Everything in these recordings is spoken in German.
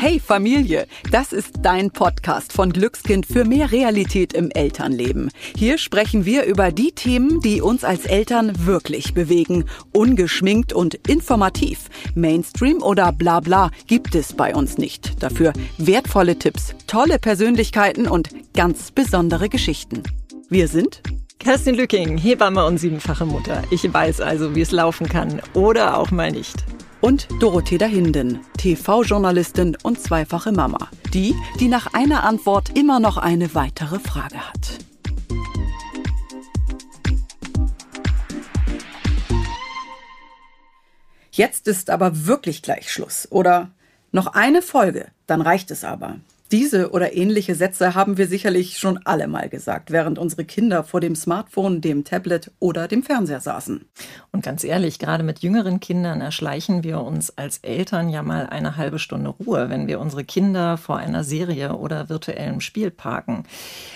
Hey Familie, das ist dein Podcast von Glückskind für mehr Realität im Elternleben. Hier sprechen wir über die Themen, die uns als Eltern wirklich bewegen. Ungeschminkt und informativ. Mainstream oder Blabla gibt es bei uns nicht. Dafür wertvolle Tipps, tolle Persönlichkeiten und ganz besondere Geschichten. Wir sind Kerstin Lücking, Hebamme und siebenfache Mutter. Ich weiß also, wie es laufen kann oder auch mal nicht. Und Dorothea Hinden, TV-Journalistin und zweifache Mama. Die nach einer Antwort immer noch eine weitere Frage hat. Jetzt ist aber wirklich gleich Schluss. Oder noch eine Folge, dann reicht es aber. Diese oder ähnliche Sätze haben wir sicherlich schon alle mal gesagt, während unsere Kinder vor dem Smartphone, dem Tablet oder dem Fernseher saßen. Und ganz ehrlich, gerade mit jüngeren Kindern erschleichen wir uns als Eltern ja mal eine halbe Stunde Ruhe, wenn wir unsere Kinder vor einer Serie oder virtuellem Spiel parken.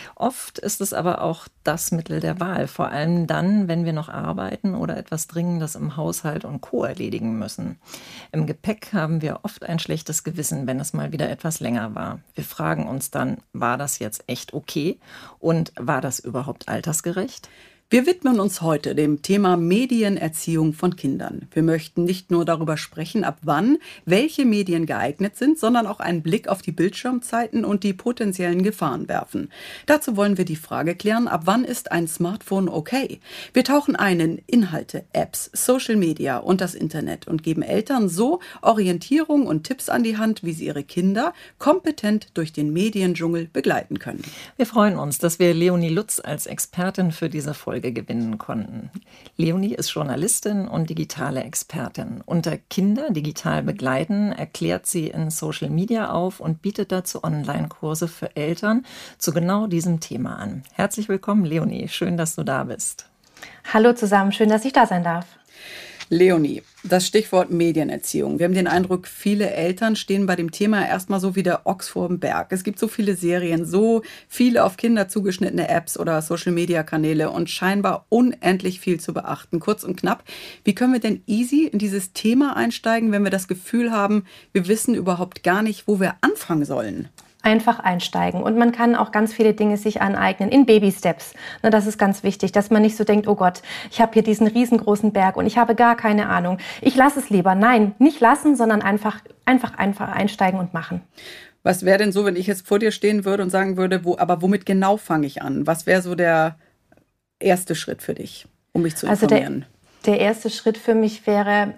Oft ist es aber auch das Mittel der Wahl, vor allem dann, wenn wir noch arbeiten oder etwas Dringendes im Haushalt und Co. erledigen müssen. Im Gepäck haben wir oft ein schlechtes Gewissen, wenn es mal wieder etwas länger war. Wir fragen uns dann, war das jetzt echt okay und war das überhaupt altersgerecht? Wir widmen uns heute dem Thema Medienerziehung von Kindern. Wir möchten nicht nur darüber sprechen, ab wann welche Medien geeignet sind, sondern auch einen Blick auf die Bildschirmzeiten und die potenziellen Gefahren werfen. Dazu wollen wir die Frage klären, ab wann ist ein Smartphone okay? Wir tauchen ein in Inhalte, Apps, Social Media und das Internet und geben Eltern so Orientierung und Tipps an die Hand, wie sie ihre Kinder kompetent durch den Mediendschungel begleiten können. Wir freuen uns, dass wir Leonie Lutz als Expertin für diese Folge gewinnen konnten. Leonie ist Journalistin und digitale Expertin. Unter Kinder digital begleiten erklärt sie in Social Media auf und bietet dazu Online-Kurse für Eltern zu genau diesem Thema an. Herzlich willkommen, Leonie. Schön, dass du da bist. Hallo zusammen, schön, dass ich da sein darf. Leonie, das Stichwort Medienerziehung. Wir haben den Eindruck, viele Eltern stehen bei dem Thema erstmal so wie der Ochs vor dem Berg. Es gibt so viele Serien, so viele auf Kinder zugeschnittene Apps oder Social-Media-Kanäle und scheinbar unendlich viel zu beachten. Kurz und knapp, wie können wir denn easy in dieses Thema einsteigen, wenn wir das Gefühl haben, wir wissen überhaupt gar nicht, wo wir anfangen sollen? Einfach einsteigen. Und man kann auch ganz viele Dinge sich aneignen in Baby-Steps. Das ist ganz wichtig, dass man nicht so denkt, oh Gott, ich habe hier diesen riesengroßen Berg und ich habe gar keine Ahnung. Ich lasse es lieber. Nein, nicht lassen, sondern einfach einsteigen und machen. Was wäre denn so, wenn ich jetzt vor dir stehen würde und sagen würde, aber womit genau fange ich an? Was wäre so der erste Schritt für dich, um mich zu informieren? Der erste Schritt für mich wäre,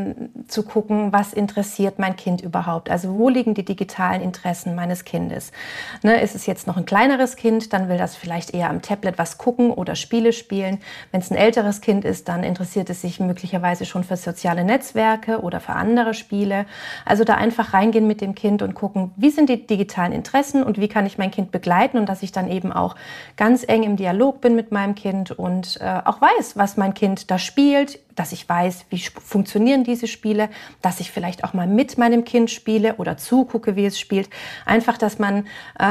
zu gucken, was interessiert mein Kind überhaupt? Also wo liegen die digitalen Interessen meines Kindes? Ist es jetzt noch ein kleineres Kind, dann will das vielleicht eher am Tablet was gucken oder Spiele spielen. Wenn es ein älteres Kind ist, dann interessiert es sich möglicherweise schon für soziale Netzwerke oder für andere Spiele. Also da einfach reingehen mit dem Kind und gucken, wie sind die digitalen Interessen und wie kann ich mein Kind begleiten und dass ich dann eben auch ganz eng im Dialog bin mit meinem Kind und auch weiß, was mein Kind da spielt, dass ich weiß, wie funktionieren diese Spiele, dass ich vielleicht auch mal mit meinem Kind spiele oder zugucke, wie es spielt. Einfach, dass man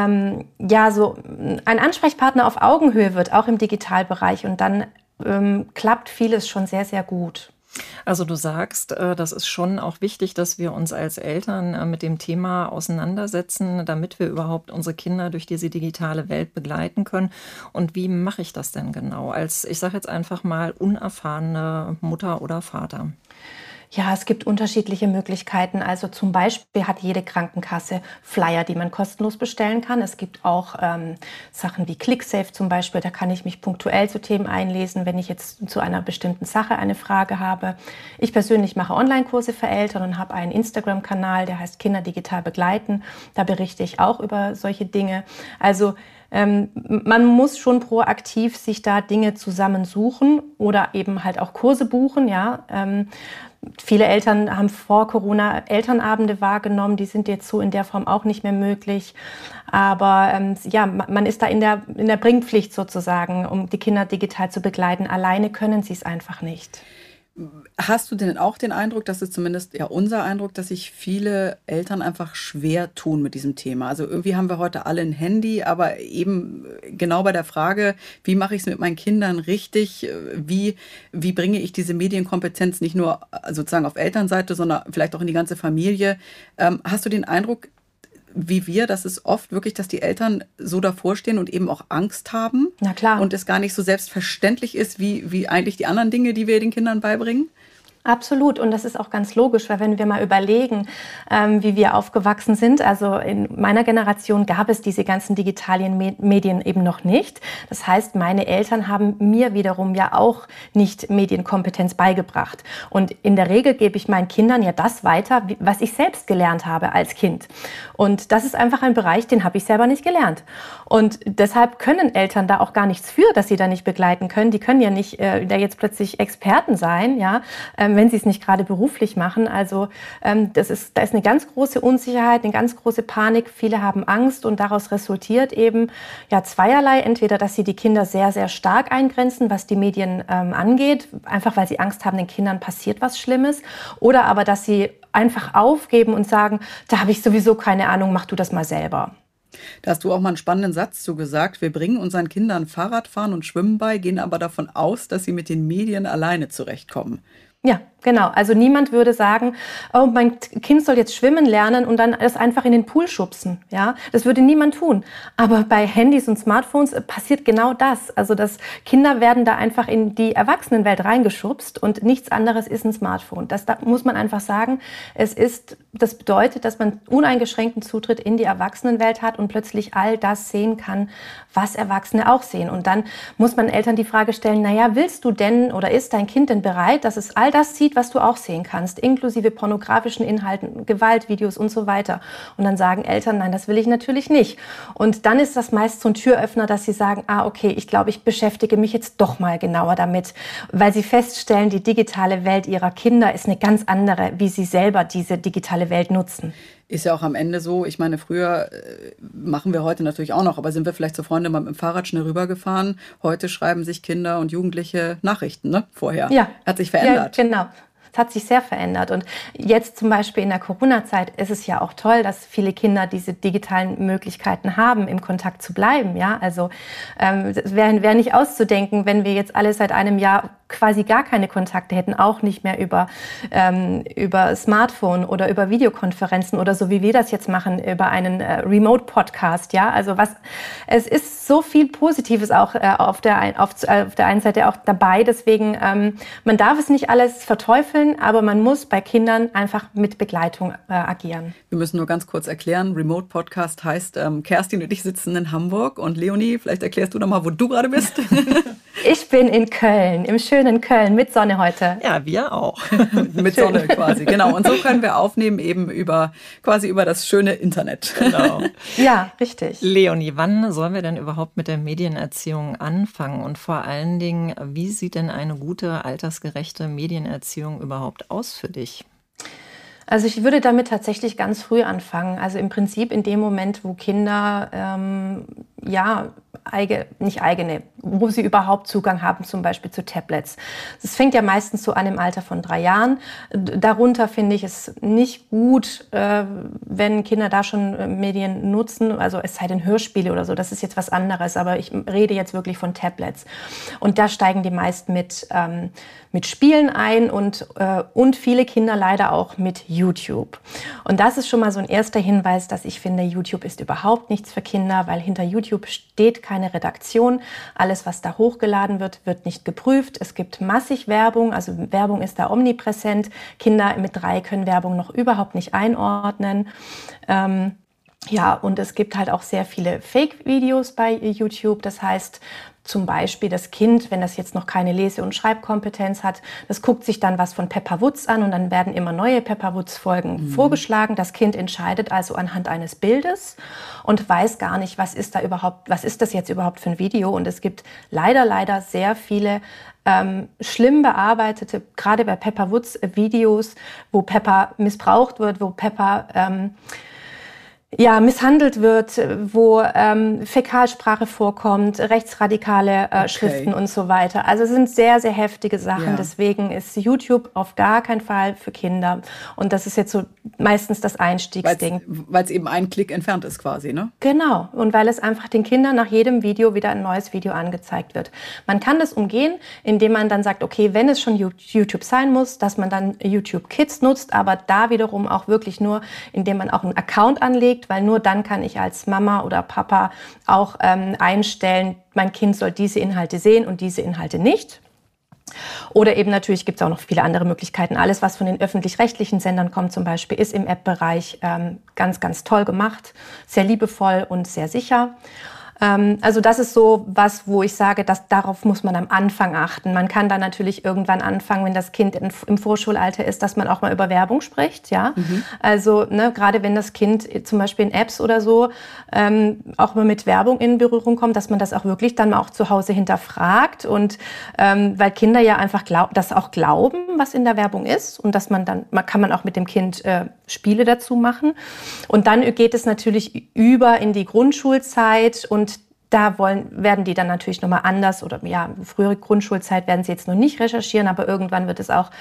so ein Ansprechpartner auf Augenhöhe wird, auch im Digitalbereich. Und dann klappt vieles schon sehr, sehr gut. Also du sagst, das ist schon auch wichtig, dass wir uns als Eltern mit dem Thema auseinandersetzen, damit wir überhaupt unsere Kinder durch diese digitale Welt begleiten können. Und wie mache ich das denn genau? Als, ich sage jetzt einfach mal, unerfahrene Mutter oder Vater. Ja, es gibt unterschiedliche Möglichkeiten. Also zum Beispiel hat jede Krankenkasse Flyer, die man kostenlos bestellen kann. Es gibt auch Sachen wie ClickSafe zum Beispiel. Da kann ich mich punktuell zu Themen einlesen, wenn ich jetzt zu einer bestimmten Sache eine Frage habe. Ich persönlich mache Online-Kurse für Eltern und habe einen Instagram-Kanal, der heißt Kinder digital begleiten. Da berichte ich auch über solche Dinge. Also man muss schon proaktiv sich da Dinge zusammensuchen oder eben halt auch Kurse buchen, ja. Viele Eltern haben vor Corona Elternabende wahrgenommen, die sind jetzt so in der Form auch nicht mehr möglich. Aber man ist da in der Bringpflicht sozusagen, um die Kinder digital zu begleiten. Alleine können sie es einfach nicht. Hast du denn auch den Eindruck, das ist zumindest ja unser Eindruck, dass sich viele Eltern einfach schwer tun mit diesem Thema? Also irgendwie haben wir heute alle ein Handy, aber eben genau bei der Frage, wie mache ich es mit meinen Kindern richtig? Wie bringe ich diese Medienkompetenz nicht nur sozusagen auf Elternseite, sondern vielleicht auch in die ganze Familie? Hast du den Eindruck, wie wir, das ist oft wirklich, dass die Eltern so davor stehen und eben auch Angst haben. Na klar. Und es gar nicht so selbstverständlich ist, wie eigentlich die anderen Dinge, die wir den Kindern beibringen. Absolut. Und das ist auch ganz logisch, weil wenn wir mal überlegen, wie wir aufgewachsen sind, also in meiner Generation gab es diese ganzen digitalen Medien eben noch nicht. Das heißt, meine Eltern haben mir wiederum ja auch nicht Medienkompetenz beigebracht. Und in der Regel gebe ich meinen Kindern ja das weiter, was ich selbst gelernt habe als Kind. Und das ist einfach ein Bereich, den habe ich selber nicht gelernt. Und deshalb können Eltern da auch gar nichts für, dass sie da nicht begleiten können. Die können ja nicht da jetzt plötzlich Experten sein, ja, wenn sie es nicht gerade beruflich machen. Also da ist eine ganz große Unsicherheit, eine ganz große Panik. Viele haben Angst und daraus resultiert eben ja zweierlei. Entweder, dass sie die Kinder sehr, sehr stark eingrenzen, was die Medien angeht, einfach weil sie Angst haben, den Kindern passiert was Schlimmes. Oder aber, dass sie einfach aufgeben und sagen, da habe ich sowieso keine Ahnung, mach du das mal selber. Da hast du auch mal einen spannenden Satz zu gesagt. Wir bringen unseren Kindern Fahrradfahren und Schwimmen bei, gehen aber davon aus, dass sie mit den Medien alleine zurechtkommen. Ja, genau. Also niemand würde sagen, oh, mein Kind soll jetzt schwimmen lernen und dann es einfach in den Pool schubsen. Ja, das würde niemand tun. Aber bei Handys und Smartphones passiert genau das. Also dass Kinder werden da einfach in die Erwachsenenwelt reingeschubst und nichts anderes ist ein Smartphone. Da muss man einfach sagen, das bedeutet, dass man uneingeschränkten Zutritt in die Erwachsenenwelt hat und plötzlich all das sehen kann, was Erwachsene auch sehen. Und dann muss man Eltern die Frage stellen, naja, willst du denn oder ist dein Kind denn bereit, dass es all das sieht, was du auch sehen kannst, inklusive pornografischen Inhalten, Gewaltvideos und so weiter. Und dann sagen Eltern, nein, das will ich natürlich nicht. Und dann ist das meist so ein Türöffner, dass sie sagen, okay, ich glaube, ich beschäftige mich jetzt doch mal genauer damit, weil sie feststellen, die digitale Welt ihrer Kinder ist eine ganz andere, wie sie selber diese digitale Welt nutzen. Ist ja auch am Ende so, ich meine, früher machen wir heute natürlich auch noch, aber sind wir vielleicht zur Freundin mal mit dem Fahrrad schnell rübergefahren. Heute schreiben sich Kinder und Jugendliche Nachrichten, ne? Vorher. Ja. Hat sich verändert. Ja, genau. Es hat sich sehr verändert. Und jetzt zum Beispiel in der Corona-Zeit ist es ja auch toll, dass viele Kinder diese digitalen Möglichkeiten haben, im Kontakt zu bleiben. Ja, also es wäre nicht auszudenken, wenn wir jetzt alle seit einem Jahr quasi gar keine Kontakte hätten, auch nicht mehr über Smartphone oder über Videokonferenzen oder so wie wir das jetzt machen, über einen Remote-Podcast. Ja, also es ist so viel Positives auch auf der einen Seite auch dabei. Deswegen, man darf es nicht alles verteufeln, aber man muss bei Kindern einfach mit Begleitung agieren. Wir müssen nur ganz kurz erklären, Remote-Podcast heißt, Kerstin und ich sitzen in Hamburg und Leonie, vielleicht erklärst du noch mal, wo du gerade bist. Ich bin in Köln, im schönen Köln, mit Sonne heute. Ja, wir auch. Mit Sonne quasi, genau. Und so können wir aufnehmen eben über das schöne Internet. Genau. Ja, richtig. Leonie, wann sollen wir denn überhaupt mit der Medienerziehung anfangen? Und vor allen Dingen, wie sieht denn eine gute, altersgerechte Medienerziehung überhaupt aus für dich? Also ich würde damit tatsächlich ganz früh anfangen. Also im Prinzip in dem Moment, wo Kinder wo sie überhaupt Zugang haben, zum Beispiel zu Tablets. Das fängt ja meistens so an im Alter von 3 Jahren. Darunter finde ich es nicht gut, wenn Kinder da schon Medien nutzen, also es sei denn Hörspiele oder so, das ist jetzt was anderes, aber ich rede jetzt wirklich von Tablets. Und da steigen die meist mit Spielen ein und viele Kinder leider auch mit YouTube. Und das ist schon mal so ein erster Hinweis, dass ich finde, YouTube ist überhaupt nichts für Kinder, weil hinter YouTube steht keine Redaktion. Alles, was da hochgeladen wird, wird nicht geprüft. Es gibt massig Werbung, also Werbung ist da omnipräsent. Kinder mit 3 können Werbung noch überhaupt nicht einordnen. Und es gibt halt auch sehr viele Fake-Videos bei YouTube. Das heißt, zum Beispiel das Kind, wenn das jetzt noch keine Lese- und Schreibkompetenz hat, das guckt sich dann was von Pepper Woods an und dann werden immer neue Pepper Woods-Folgen vorgeschlagen. Das Kind entscheidet also anhand eines Bildes und weiß gar nicht, was ist das jetzt überhaupt für ein Video. Und es gibt leider sehr viele schlimm bearbeitete, gerade bei Pepper Woods, Videos, wo Pepper missbraucht wird, wo Pepper misshandelt wird, wo Fäkalsprache vorkommt, rechtsradikale Schriften und so weiter. Also es sind sehr, sehr heftige Sachen. Ja. Deswegen ist YouTube auf gar keinen Fall für Kinder. Und das ist jetzt so meistens das Einstiegsding. Weil es eben ein Klick entfernt ist quasi, ne? Genau. Und weil es einfach den Kindern nach jedem Video wieder ein neues Video angezeigt wird. Man kann das umgehen, indem man dann sagt, okay, wenn es schon YouTube sein muss, dass man dann YouTube Kids nutzt, aber da wiederum auch wirklich nur, indem man auch einen Account anlegt, abgelegt, weil nur dann kann ich als Mama oder Papa auch einstellen, mein Kind soll diese Inhalte sehen und diese Inhalte nicht. Oder eben natürlich gibt es auch noch viele andere Möglichkeiten. Alles, was von den öffentlich-rechtlichen Sendern kommt zum Beispiel, ist im App-Bereich ganz, ganz toll gemacht, sehr liebevoll und sehr sicher. Also das ist so was, wo ich sage, dass darauf muss man am Anfang achten. Man kann dann natürlich irgendwann anfangen, wenn das Kind im Vorschulalter ist, dass man auch mal über Werbung spricht, ja. Also gerade wenn das Kind zum Beispiel in Apps oder so auch mal mit Werbung in Berührung kommt, dass man das auch wirklich dann mal auch zu Hause hinterfragt und weil Kinder ja einfach das auch glauben, was in der Werbung ist und dass man kann man auch mit dem Kind Spiele dazu machen und dann geht es natürlich über in die Grundschulzeit und da werden die dann natürlich nochmal anders oder ja, frühere Grundschulzeit werden sie jetzt noch nicht recherchieren, aber irgendwann wird es auch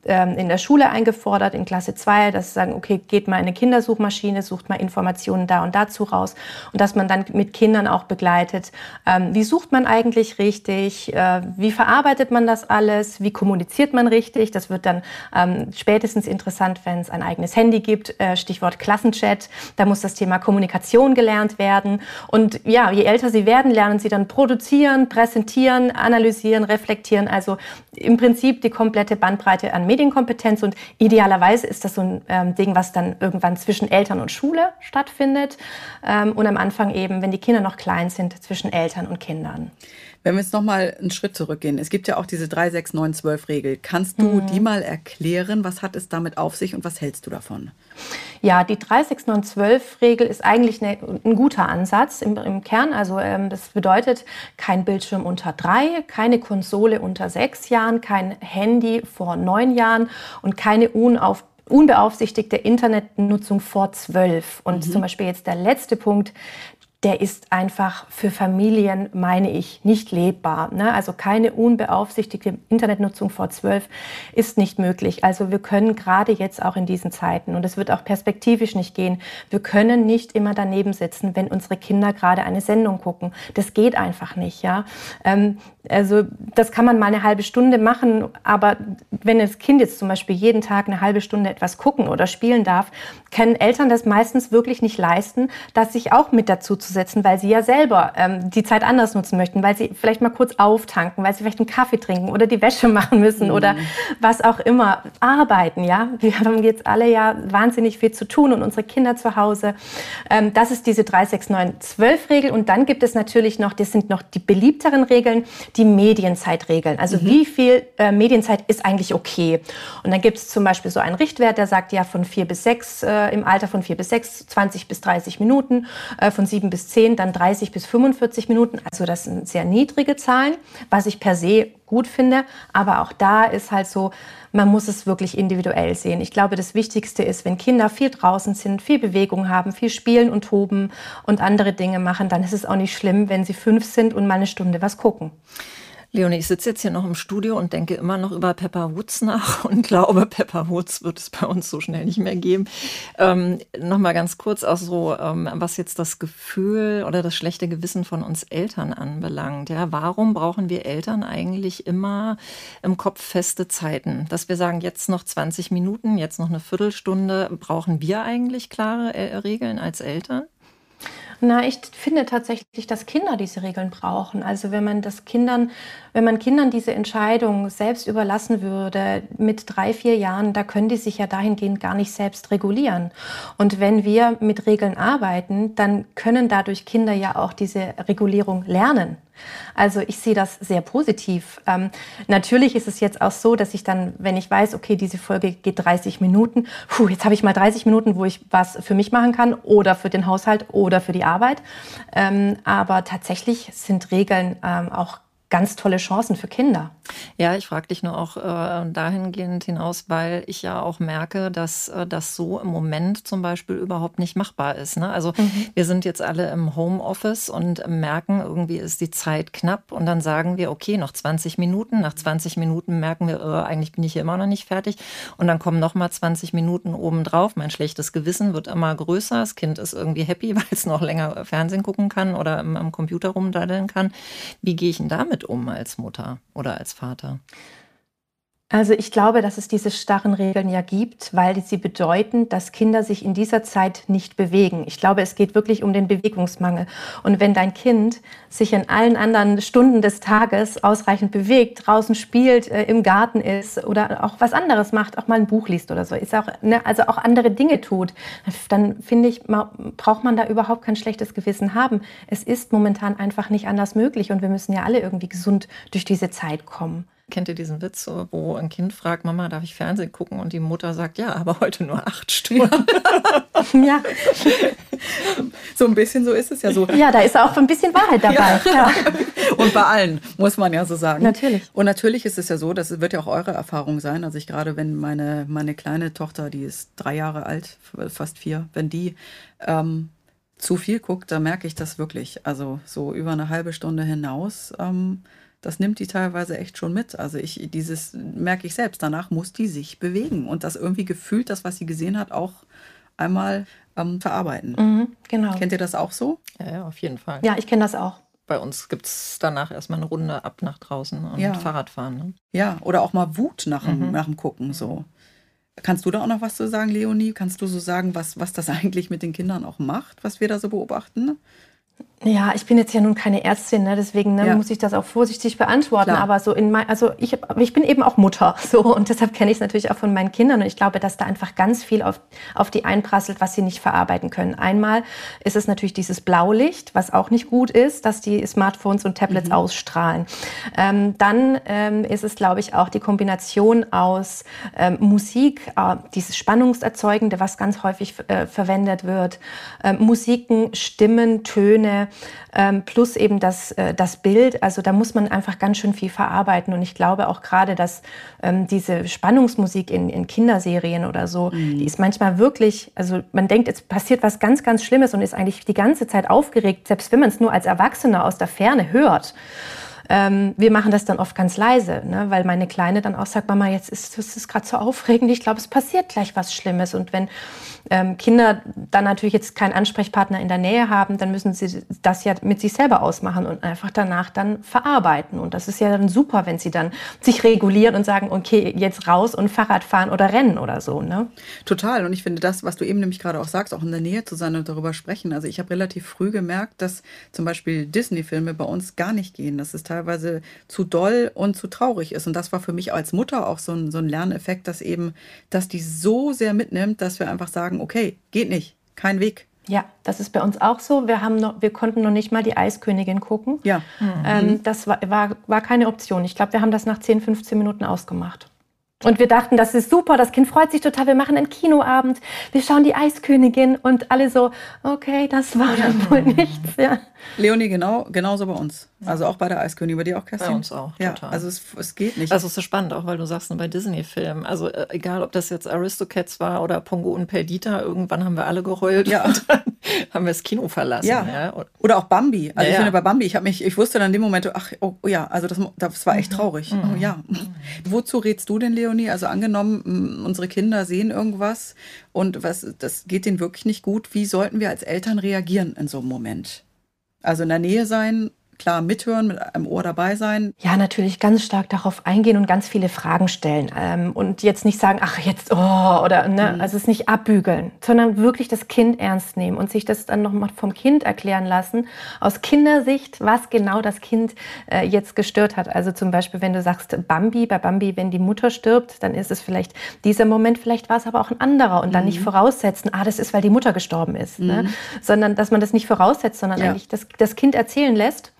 in der Schule eingefordert, in Klasse 2, dass sie sagen, okay, geht mal in eine Kindersuchmaschine, sucht mal Informationen da und dazu raus und dass man dann mit Kindern auch begleitet, wie sucht man eigentlich richtig, wie verarbeitet man das alles, wie kommuniziert man richtig, das wird dann spätestens interessant, wenn es ein eigenes Handy gibt, Stichwort Klassenchat, da muss das Thema Kommunikation gelernt werden und ja, je älter sie werden, lernen sie dann produzieren, präsentieren, analysieren, reflektieren. Also im Prinzip die komplette Bandbreite an Medienkompetenz. Und idealerweise ist das so ein Ding, was dann irgendwann zwischen Eltern und Schule stattfindet. Und am Anfang eben, wenn die Kinder noch klein sind, zwischen Eltern und Kindern. Wenn wir jetzt noch mal einen Schritt zurückgehen, es gibt ja auch diese 3-6-9-12-Regel. Kannst du die mal erklären? Was hat es damit auf sich und was hältst du davon? Ja, die 3-6-9-12-Regel ist eigentlich ein guter Ansatz im Kern. Also das bedeutet, kein Bildschirm unter 3, keine Konsole unter 6 Jahren, kein Handy vor 9 Jahren und keine unbeaufsichtigte Internetnutzung vor 12. Und zum Beispiel jetzt der letzte Punkt, der ist einfach für Familien, meine ich, nicht lebbar. Ne? Also keine unbeaufsichtigte Internetnutzung vor 12 ist nicht möglich. Also wir können gerade jetzt auch in diesen Zeiten, und es wird auch perspektivisch nicht gehen, wir können nicht immer daneben sitzen, wenn unsere Kinder gerade eine Sendung gucken. Das geht einfach nicht. Ja? Also das kann man mal eine halbe Stunde machen, aber wenn das Kind jetzt zum Beispiel jeden Tag eine halbe Stunde etwas gucken oder spielen darf, können Eltern das meistens wirklich nicht leisten, das sich auch mit dazu zu setzen, weil sie ja selber die Zeit anders nutzen möchten, weil sie vielleicht mal kurz auftanken, weil sie vielleicht einen Kaffee trinken oder die Wäsche machen müssen oder was auch immer, arbeiten, ja. Wir haben jetzt alle ja wahnsinnig viel zu tun und unsere Kinder zu Hause. Das ist diese 3-6-9-12-Regel und dann gibt es natürlich noch, das sind noch die beliebteren Regeln, die Medienzeitregeln. Also wie viel Medienzeit ist eigentlich okay? Und dann gibt es zum Beispiel so einen Richtwert, der sagt ja von 4 bis 6, im Alter von 4 bis 6, 20 bis 30 Minuten, von 7 bis 10, dann 30 bis 45 Minuten. Also das sind sehr niedrige Zahlen, was ich per se gut finde. Aber auch da ist halt so, man muss es wirklich individuell sehen. Ich glaube, das Wichtigste ist, wenn Kinder viel draußen sind, viel Bewegung haben, viel spielen und toben und andere Dinge machen, dann ist es auch nicht schlimm, wenn sie 5 sind und mal eine Stunde was gucken. Leonie, ich sitze jetzt hier noch im Studio und denke immer noch über Pepper Woods nach und glaube, Pepper Woods wird es bei uns so schnell nicht mehr geben. Nochmal ganz kurz auch so, was jetzt das Gefühl oder das schlechte Gewissen von uns Eltern anbelangt. Ja, warum brauchen wir Eltern eigentlich immer im Kopf feste Zeiten? Dass wir sagen, jetzt noch 20 Minuten, jetzt noch eine Viertelstunde. Brauchen wir eigentlich klare Regeln als Eltern? Na, ich finde tatsächlich, dass Kinder diese Regeln brauchen. Also wenn man Kindern diese Entscheidung selbst überlassen würde, mit 3, 4 Jahren, da können die sich ja dahingehend gar nicht selbst regulieren. Und wenn wir mit Regeln arbeiten, dann können dadurch Kinder ja auch diese Regulierung lernen. Also ich sehe das sehr positiv. Natürlich ist es jetzt auch so, dass ich dann, wenn ich weiß, okay, diese Folge geht 30 Minuten, jetzt habe ich mal 30 Minuten, wo ich was für mich machen kann oder für den Haushalt oder für die Arbeit. Aber tatsächlich sind Regeln auch ganz tolle Chancen für Kinder. Ja, ich frage dich nur auch dahingehend hinaus, weil ich ja auch merke, dass das so im Moment zum Beispiel überhaupt nicht machbar ist. Ne? Also wir sind jetzt alle im Homeoffice und merken, irgendwie ist die Zeit knapp und dann sagen wir, okay, noch 20 Minuten. Nach 20 Minuten merken wir, eigentlich bin ich hier immer noch nicht fertig. Und dann kommen noch mal 20 Minuten obendrauf. Mein schlechtes Gewissen wird immer größer. Das Kind ist irgendwie happy, weil es noch länger Fernsehen gucken kann oder am Computer rumdaddeln kann. Wie gehe ich denn damit um als Mutter oder als Vater? Also ich glaube, dass es diese starren Regeln ja gibt, weil sie bedeuten, dass Kinder sich in dieser Zeit nicht bewegen. Ich glaube, es geht wirklich um den Bewegungsmangel. Und wenn dein Kind sich in allen anderen Stunden des Tages ausreichend bewegt, draußen spielt, im Garten ist oder auch was anderes macht, auch mal ein Buch liest oder so, ist auch, ne, also auch andere Dinge tut, dann finde ich, braucht man da überhaupt kein schlechtes Gewissen haben. Es ist momentan einfach nicht anders möglich und wir müssen ja alle irgendwie gesund durch diese Zeit kommen. Kennt ihr diesen Witz, wo ein Kind fragt, Mama, darf ich Fernsehen gucken? Und die Mutter sagt, ja, aber heute nur 8 Stunden. Ja. So ein bisschen so ist es ja so. Ja, da ist auch ein bisschen Wahrheit dabei. Ja. Und bei allen, muss man ja so sagen. Natürlich. Und natürlich ist es ja so, das wird ja auch eure Erfahrung sein. Also gerade wenn meine kleine Tochter, die ist 3 Jahre alt, fast 4, wenn die zu viel guckt, dann merke ich das wirklich. Also so über eine halbe Stunde hinaus, das nimmt die teilweise echt schon mit. Also dieses merke ich selbst. Danach muss die sich bewegen und das irgendwie gefühlt, das, was sie gesehen hat, auch einmal verarbeiten. Mhm, genau. Kennt ihr das auch so? Ja, auf jeden Fall. Ja, ich kenne das auch. Bei uns gibt es danach erstmal eine Runde ab nach draußen und Fahrradfahren. Ne? Ja, oder auch mal Wut nach dem Gucken. So. Kannst du da auch noch was zu sagen, Leonie? Kannst du so sagen, was das eigentlich mit den Kindern auch macht, was wir da so beobachten? Ja, ich bin jetzt ja nun keine Ärztin, ne? Deswegen muss ich das auch vorsichtig beantworten. Klar. Aber so ich bin eben auch Mutter, so, und deshalb kenne ich es natürlich auch von meinen Kindern. Und ich glaube, dass da einfach ganz viel auf die einprasselt, was sie nicht verarbeiten können. Einmal ist es natürlich dieses Blaulicht, was auch nicht gut ist, dass die Smartphones und Tablets ausstrahlen. Dann ist es, glaube ich, auch die Kombination aus Musik, dieses Spannungserzeugende, was ganz häufig verwendet wird, Musiken, Stimmen, Töne, plus eben das Bild. Also da muss man einfach ganz schön viel verarbeiten. Und ich glaube auch gerade, dass diese Spannungsmusik in Kinderserien oder so, die ist manchmal wirklich, also man denkt, es passiert was ganz, ganz Schlimmes und ist eigentlich die ganze Zeit aufgeregt, selbst wenn man es nur als Erwachsener aus der Ferne hört. Wir machen das dann oft ganz leise, ne? Weil meine Kleine dann auch sagt, Mama, jetzt ist es gerade so aufregend, ich glaube, es passiert gleich was Schlimmes. Und wenn Kinder dann natürlich jetzt keinen Ansprechpartner in der Nähe haben, dann müssen sie das ja mit sich selber ausmachen und einfach danach dann verarbeiten. Und das ist ja dann super, wenn sie dann sich regulieren und sagen, okay, jetzt raus und Fahrrad fahren oder rennen oder so. Ne? Total. Und ich finde das, was du eben nämlich gerade auch sagst, auch in der Nähe zu sein und darüber sprechen. Also ich habe relativ früh gemerkt, dass zum Beispiel Disney-Filme bei uns gar nicht gehen. Das ist teilweise zu doll und zu traurig ist. Und das war für mich als Mutter auch so ein Lerneffekt, dass die so sehr mitnimmt, dass wir einfach sagen, okay, geht nicht, kein Weg. Ja, das ist bei uns auch so. Wir konnten noch nicht mal die Eiskönigin gucken. Ja. Das war keine Option. Ich glaube, wir haben das nach 10, 15 Minuten ausgemacht. Und wir dachten, das ist super, das Kind freut sich total, wir machen einen Kinoabend, wir schauen die Eiskönigin und alle so, okay, das war dann wohl nichts. Ja. Leonie, genauso bei uns. Also auch bei der Eiskönigin, bei dir auch, Kerstin? Bei uns auch, ja, total. Also es geht nicht. Also es ist so spannend, auch weil du sagst, bei Disney-Filmen, also egal, ob das jetzt Aristocats war oder Pongo und Perdita, irgendwann haben wir alle geheult und dann haben wir das Kino verlassen. Ja. Oder auch Bambi. Also ich finde bei Bambi, ich wusste dann in dem Moment, also das war echt traurig. Oh ja. Wozu rätst du denn, Leonie? Also angenommen, unsere Kinder sehen irgendwas und das geht denen wirklich nicht gut. Wie sollten wir als Eltern reagieren in so einem Moment? Also in der Nähe sein, klar mithören, mit einem Ohr dabei sein. Ja, natürlich ganz stark darauf eingehen und ganz viele Fragen stellen. Und jetzt nicht sagen, ach jetzt, oder, ne, also es nicht abbügeln, sondern wirklich das Kind ernst nehmen und sich das dann nochmal vom Kind erklären lassen, aus Kindersicht, was genau das Kind jetzt gestört hat. Also zum Beispiel, wenn du sagst, bei Bambi, wenn die Mutter stirbt, dann ist es vielleicht dieser Moment, vielleicht war es aber auch ein anderer und dann nicht voraussetzen, das ist, weil die Mutter gestorben ist, ne? Sondern, dass man das nicht voraussetzt, sondern eigentlich das Kind erzählen lässt,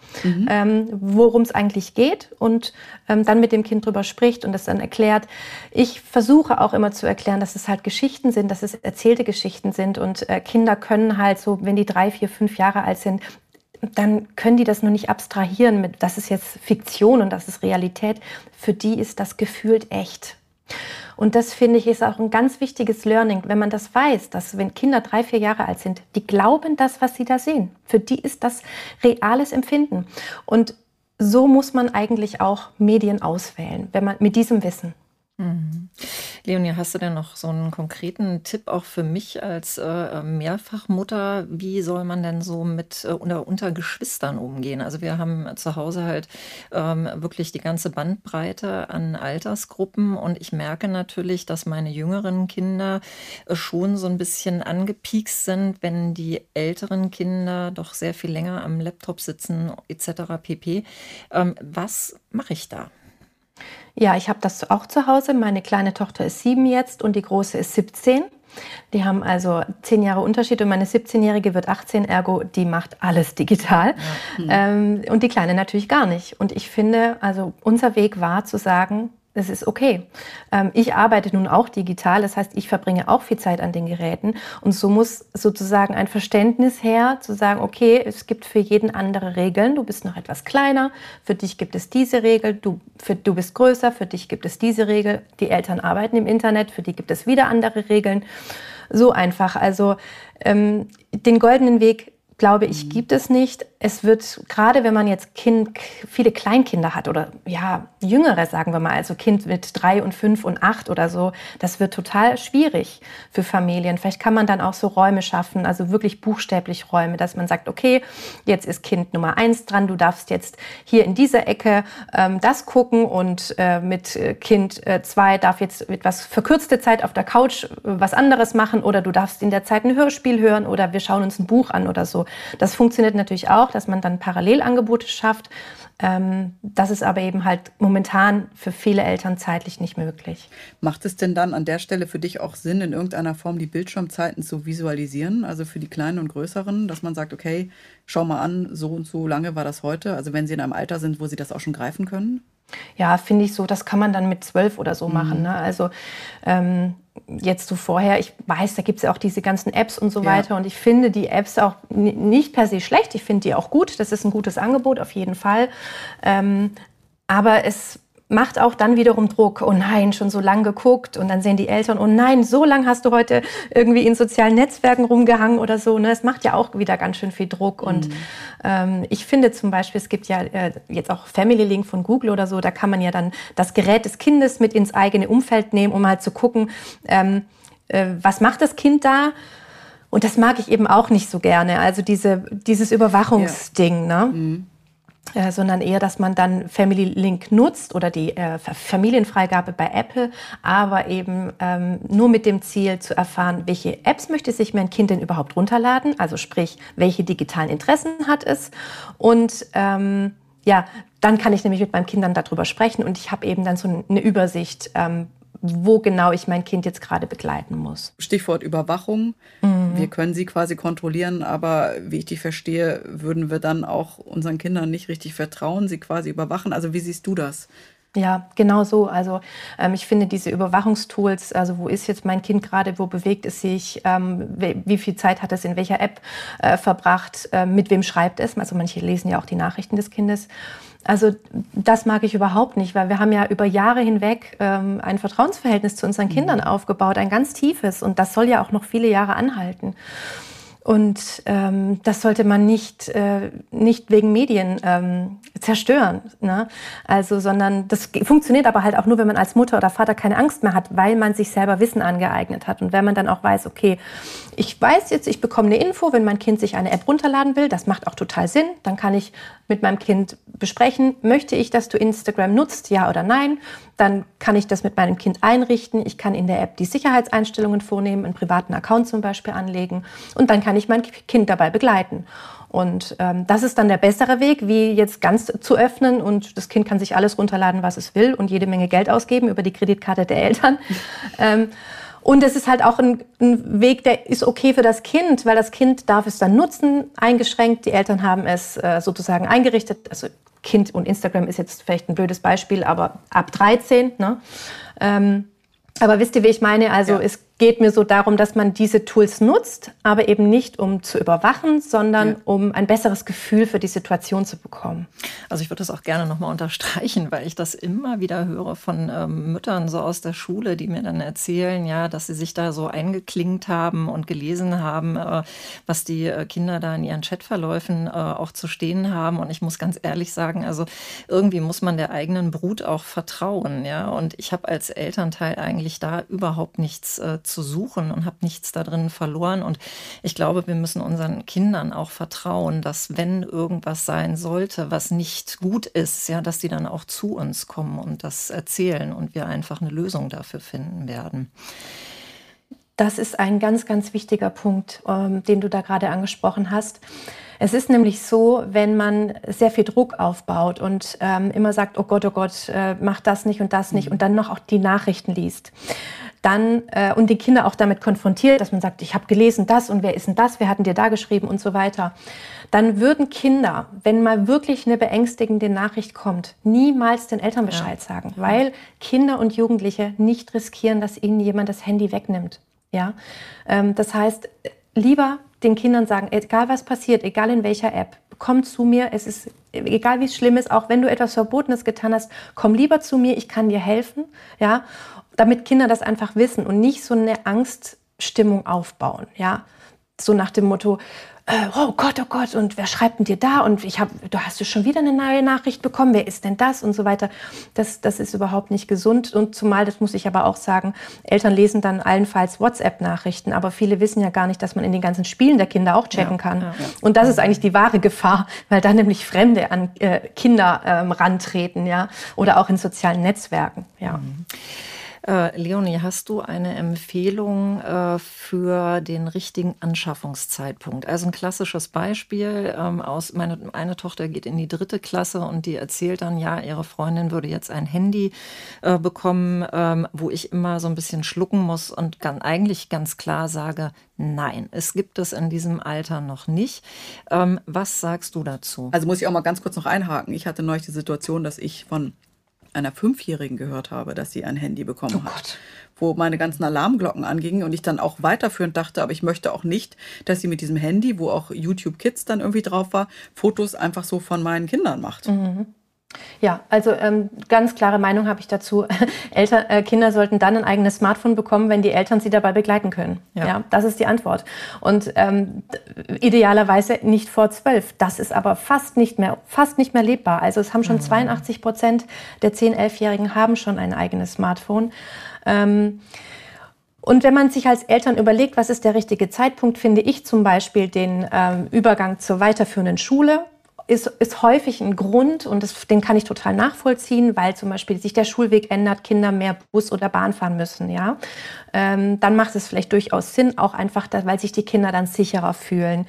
worum es eigentlich geht und dann mit dem Kind drüber spricht und das dann erklärt. Ich versuche auch immer zu erklären, dass es halt Geschichten sind, dass es erzählte Geschichten sind und Kinder können halt so, wenn die 3, 4, 5 Jahre alt sind, dann können die das nur nicht abstrahieren mit, das ist jetzt Fiktion und das ist Realität. Für die ist das gefühlt echt. Und das, finde ich, ist auch ein ganz wichtiges Learning, wenn man das weiß, dass wenn Kinder 3, 4 Jahre alt sind, die glauben das, was sie da sehen. Für die ist das reales Empfinden. Und so muss man eigentlich auch Medien auswählen, wenn man mit diesem Wissen. Mhm. Leonie, hast du denn noch so einen konkreten Tipp auch für mich als Mehrfachmutter? Wie soll man denn so mit oder unter Geschwistern umgehen? Also wir haben zu Hause halt wirklich die ganze Bandbreite an Altersgruppen und ich merke natürlich, dass meine jüngeren Kinder schon so ein bisschen angepiekst sind, wenn die älteren Kinder doch sehr viel länger am Laptop sitzen etc. pp. Was mache ich da? Ja, ich habe das auch zu Hause. Meine kleine Tochter ist 7 jetzt und die große ist 17. Die haben also 10 Jahre Unterschied und meine 17-Jährige wird 18, ergo die macht alles digital. Ja. Und die Kleine natürlich gar nicht. Und ich finde, also unser Weg war zu sagen, es ist okay. Ich arbeite nun auch digital, das heißt, ich verbringe auch viel Zeit an den Geräten und so muss sozusagen ein Verständnis her, zu sagen, okay, es gibt für jeden andere Regeln. Du bist noch etwas kleiner, für dich gibt es diese Regel, du bist größer, für dich gibt es diese Regel. Die Eltern arbeiten im Internet, für die gibt es wieder andere Regeln. So einfach. Also den goldenen Weg, glaube ich, gibt es nicht. Es wird, gerade wenn man jetzt viele Kleinkinder hat oder ja, jüngere, sagen wir mal, also Kind mit 3 und 5 und 8 oder so, das wird total schwierig für Familien. Vielleicht kann man dann auch so Räume schaffen, also wirklich buchstäblich Räume, dass man sagt, okay, jetzt ist Kind Nummer 1 dran, du darfst jetzt hier in dieser Ecke das gucken und mit Kind 2 darf jetzt etwas verkürzte Zeit auf der Couch was anderes machen oder du darfst in der Zeit ein Hörspiel hören oder wir schauen uns ein Buch an oder so. Das funktioniert natürlich auch, dass man dann Parallelangebote schafft. Das ist aber eben halt momentan für viele Eltern zeitlich nicht möglich. Macht es denn dann an der Stelle für dich auch Sinn, in irgendeiner Form die Bildschirmzeiten zu visualisieren? Also für die Kleinen und Größeren, dass man sagt, okay, schau mal an, so und so lange war das heute. Also wenn sie in einem Alter sind, wo sie das auch schon greifen können? Ja, finde ich so, das kann man dann mit 12 oder so machen. Ne? Also jetzt so vorher, ich weiß, da gibt es ja auch diese ganzen Apps und so weiter und ich finde die Apps auch nicht per se schlecht, ich finde die auch gut, das ist ein gutes Angebot auf jeden Fall, aber es macht auch dann wiederum Druck, oh nein, schon so lang geguckt und dann sehen die Eltern, oh nein, so lang hast du heute irgendwie in sozialen Netzwerken rumgehangen oder so, ne? Es macht ja auch wieder ganz schön viel Druck und ich finde zum Beispiel, es gibt ja jetzt auch Family Link von Google oder so, da kann man ja dann das Gerät des Kindes mit ins eigene Umfeld nehmen, um halt zu gucken, was macht das Kind da? Und das mag ich eben auch nicht so gerne, also dieses Überwachungsding, ne? Sondern eher, dass man dann Family Link nutzt oder die Familienfreigabe bei Apple, aber eben nur mit dem Ziel zu erfahren, welche Apps möchte sich mein Kind denn überhaupt runterladen, also sprich, welche digitalen Interessen hat es und ja, dann kann ich nämlich mit meinen Kindern darüber sprechen und ich habe eben dann so eine Übersicht, wo genau ich mein Kind jetzt gerade begleiten muss. Stichwort Überwachung. Wir können sie quasi kontrollieren, aber wie ich dich verstehe, würden wir dann auch unseren Kindern nicht richtig vertrauen, sie quasi überwachen. Also wie siehst du das? Ja, genau so. Also ich finde diese Überwachungstools, also wo ist jetzt mein Kind gerade, wo bewegt es sich, wie viel Zeit hat es in welcher App verbracht, mit wem schreibt es. Also manche lesen ja auch die Nachrichten des Kindes. Also das mag ich überhaupt nicht, weil wir haben ja über Jahre hinweg ein Vertrauensverhältnis zu unseren Kindern aufgebaut, ein ganz tiefes und das soll ja auch noch viele Jahre anhalten. Und das sollte man nicht wegen Medien zerstören, ne? Also, sondern das funktioniert aber halt auch nur, wenn man als Mutter oder Vater keine Angst mehr hat, weil man sich selber Wissen angeeignet hat. Und wenn man dann auch weiß, okay, ich weiß jetzt, ich bekomme eine Info, wenn mein Kind sich eine App runterladen will, das macht auch total Sinn, dann kann ich mit meinem Kind besprechen, möchte ich, dass du Instagram nutzt, ja oder nein? Dann kann ich das mit meinem Kind einrichten. Ich kann in der App die Sicherheitseinstellungen vornehmen, einen privaten Account zum Beispiel anlegen und dann kann ich mein Kind dabei begleiten. Und das ist dann der bessere Weg, wie jetzt ganz zu öffnen und das Kind kann sich alles runterladen, was es will und jede Menge Geld ausgeben über die Kreditkarte der Eltern. Und es ist halt auch ein Weg, der ist okay für das Kind, weil das Kind darf es dann nutzen, eingeschränkt. Die Eltern haben es sozusagen eingerichtet. Also Kind und Instagram ist jetzt vielleicht ein blödes Beispiel, aber ab 13. Ne? Aber wisst ihr, wie ich meine? Also geht mir so darum, dass man diese Tools nutzt, aber eben nicht, um zu überwachen, sondern um ein besseres Gefühl für die Situation zu bekommen. Also ich würde das auch gerne nochmal unterstreichen, weil ich das immer wieder höre von Müttern so aus der Schule, die mir dann erzählen, ja, dass sie sich da so eingeklinkt haben und gelesen haben, was die Kinder da in ihren Chatverläufen auch zu stehen haben. Und ich muss ganz ehrlich sagen, also irgendwie muss man der eigenen Brut auch vertrauen, ja. Und ich habe als Elternteil eigentlich da überhaupt nichts zu suchen und habe nichts da drin verloren. Und ich glaube, wir müssen unseren Kindern auch vertrauen, dass wenn irgendwas sein sollte, was nicht gut ist, ja, dass die dann auch zu uns kommen und das erzählen und wir einfach eine Lösung dafür finden werden. Das ist ein ganz, ganz wichtiger Punkt, den du da gerade angesprochen hast. Es ist nämlich so, wenn man sehr viel Druck aufbaut und immer sagt, oh Gott, mach das nicht und dann noch auch die Nachrichten liest, dann und die Kinder auch damit konfrontiert, dass man sagt, ich habe gelesen das und wer ist denn das, wer hat denn dir da geschrieben und so weiter, dann würden Kinder, wenn mal wirklich eine beängstigende Nachricht kommt, niemals den Eltern Bescheid sagen, weil Kinder und Jugendliche nicht riskieren, dass ihnen jemand das Handy wegnimmt. Ja, das heißt, lieber den Kindern sagen, egal was passiert, egal in welcher App, komm zu mir, es ist egal wie es schlimm ist, auch wenn du etwas Verbotenes getan hast, komm lieber zu mir, ich kann dir helfen, ja, damit Kinder das einfach wissen und nicht so eine Angststimmung aufbauen, ja, so nach dem Motto, oh Gott, und wer schreibt denn dir da? Und du hast schon wieder eine neue Nachricht bekommen, wer ist denn das? Und so weiter. Das ist überhaupt nicht gesund. Und zumal, das muss ich aber auch sagen, Eltern lesen dann allenfalls WhatsApp-Nachrichten, aber viele wissen ja gar nicht, dass man in den ganzen Spielen der Kinder auch checken kann. Ja. Und das ist eigentlich die wahre Gefahr, weil da nämlich Fremde an Kinder rantreten, ja, oder auch in sozialen Netzwerken, ja. Leonie, hast du eine Empfehlung für den richtigen Anschaffungszeitpunkt? Also ein klassisches Beispiel meine Tochter geht in die 3. Klasse und die erzählt dann, ja, ihre Freundin würde jetzt ein Handy bekommen, wo ich immer so ein bisschen schlucken muss und eigentlich ganz klar sage, nein, es gibt es in diesem Alter noch nicht. Was sagst du dazu? Also muss ich auch mal ganz kurz noch einhaken. Ich hatte neulich die Situation, dass ich von einer 5-Jährigen gehört habe, dass sie ein Handy bekommen hat, wo meine ganzen Alarmglocken angingen und ich dann auch weiterführend dachte, aber ich möchte auch nicht, dass sie mit diesem Handy, wo auch YouTube Kids dann irgendwie drauf war, Fotos einfach so von meinen Kindern macht. Mhm. Ja, also ganz klare Meinung habe ich dazu. Kinder sollten dann ein eigenes Smartphone bekommen, wenn die Eltern sie dabei begleiten können. Ja, das ist die Antwort. Und idealerweise nicht vor 12. Das ist aber fast nicht mehr lebbar. Also es haben schon 82% der 10-, 11-Jährigen haben schon ein eigenes Smartphone. Und wenn man sich als Eltern überlegt, was ist der richtige Zeitpunkt, finde ich zum Beispiel den Übergang zur weiterführenden Schule. Ist häufig ein Grund und den kann ich total nachvollziehen, weil zum Beispiel sich der Schulweg ändert, Kinder mehr Bus oder Bahn fahren müssen. Ja? Dann macht es vielleicht durchaus Sinn, auch einfach, weil sich die Kinder dann sicherer fühlen.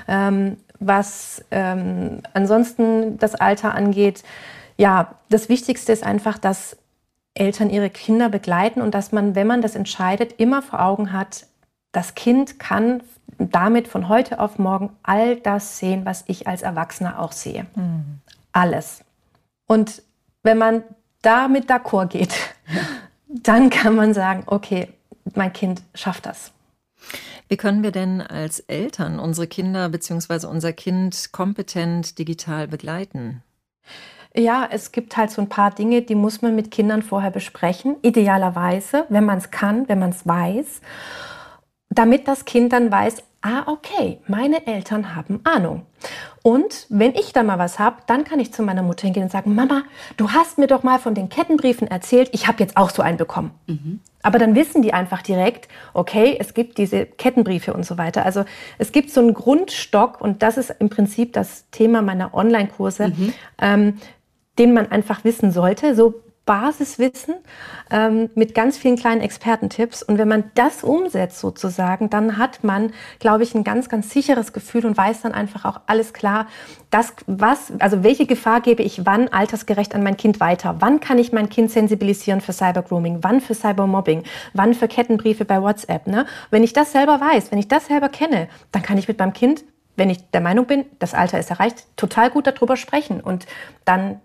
Was ansonsten das Alter angeht, ja, das Wichtigste ist einfach, dass Eltern ihre Kinder begleiten und dass man, wenn man das entscheidet, immer vor Augen hat, das Kind kann damit von heute auf morgen all das sehen, was ich als Erwachsener auch sehe. Mhm. Alles. Und wenn man damit d'accord geht, dann kann man sagen, okay, mein Kind schafft das. Wie können wir denn als Eltern unsere Kinder bzw. unser Kind kompetent digital begleiten? Ja, es gibt halt so ein paar Dinge, die muss man mit Kindern vorher besprechen. Idealerweise, wenn man es kann, wenn man es weiß, damit das Kind dann weiß, okay, meine Eltern haben Ahnung. Und wenn ich da mal was habe, dann kann ich zu meiner Mutter hingehen und sagen, Mama, du hast mir doch mal von den Kettenbriefen erzählt, ich habe jetzt auch so einen bekommen. Mhm. Aber dann wissen die einfach direkt, okay, es gibt diese Kettenbriefe und so weiter. Also es gibt so einen Grundstock und das ist im Prinzip das Thema meiner Online-Kurse, den man einfach wissen sollte, so Basiswissen mit ganz vielen kleinen Expertentipps. Und wenn man das umsetzt sozusagen, dann hat man, glaube ich, ein ganz, ganz sicheres Gefühl und weiß dann einfach auch alles klar, also welche Gefahr gebe ich wann altersgerecht an mein Kind weiter? Wann kann ich mein Kind sensibilisieren für Cybergrooming? Wann für Cybermobbing? Wann für Kettenbriefe bei WhatsApp? Ne? Wenn ich das selber weiß, wenn ich das selber kenne, dann kann ich mit meinem Kind, wenn ich der Meinung bin, das Alter ist erreicht, total gut darüber sprechen. Und dann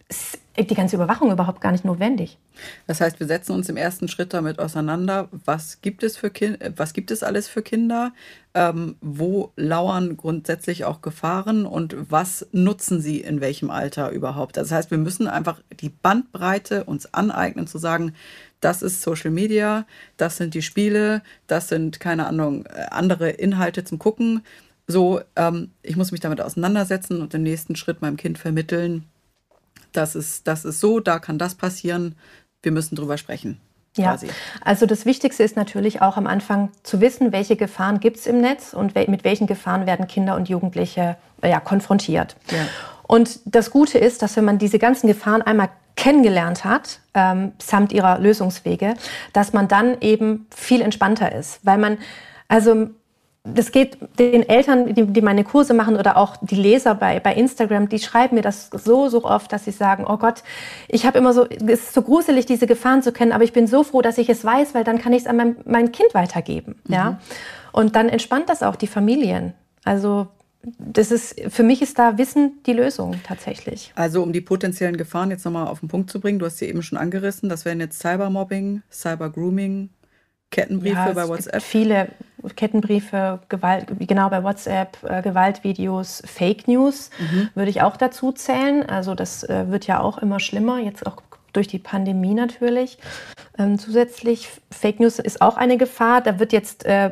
die ganze Überwachung überhaupt gar nicht notwendig. Das heißt, wir setzen uns im ersten Schritt damit auseinander, was gibt es alles für Kinder, wo lauern grundsätzlich auch Gefahren und was nutzen sie in welchem Alter überhaupt. Das heißt, wir müssen einfach die Bandbreite uns aneignen, zu sagen, das ist Social Media, das sind die Spiele, das sind, keine Ahnung, andere Inhalte zum Gucken. So, ich muss mich damit auseinandersetzen und im nächsten Schritt meinem Kind vermitteln, das ist so, da kann das passieren, wir müssen drüber sprechen. Quasi. Ja, also das Wichtigste ist natürlich auch am Anfang zu wissen, welche Gefahren gibt es im Netz und mit welchen Gefahren werden Kinder und Jugendliche konfrontiert. Ja. Und das Gute ist, dass wenn man diese ganzen Gefahren einmal kennengelernt hat, samt ihrer Lösungswege, dass man dann eben viel entspannter ist, weil man, also das geht den Eltern, die meine Kurse machen oder auch die Leser bei Instagram, die schreiben mir das so oft, dass sie sagen, oh Gott, ich habe immer so, es ist so gruselig, diese Gefahren zu kennen, aber ich bin so froh, dass ich es weiß, weil dann kann ich es an mein Kind weitergeben. Mhm. Ja? Und dann entspannt das auch die Familien. Also für mich ist da Wissen die Lösung tatsächlich. Also um die potenziellen Gefahren jetzt nochmal auf den Punkt zu bringen, du hast sie eben schon angerissen, das wären jetzt Cybermobbing, Cybergrooming, Kettenbriefe bei WhatsApp. Viele Kettenbriefe, bei WhatsApp, Gewaltvideos, Fake News würde ich auch dazu zählen. Also das wird ja auch immer schlimmer, jetzt auch durch die Pandemie natürlich. Zusätzlich, Fake News ist auch eine Gefahr. Da wird jetzt, da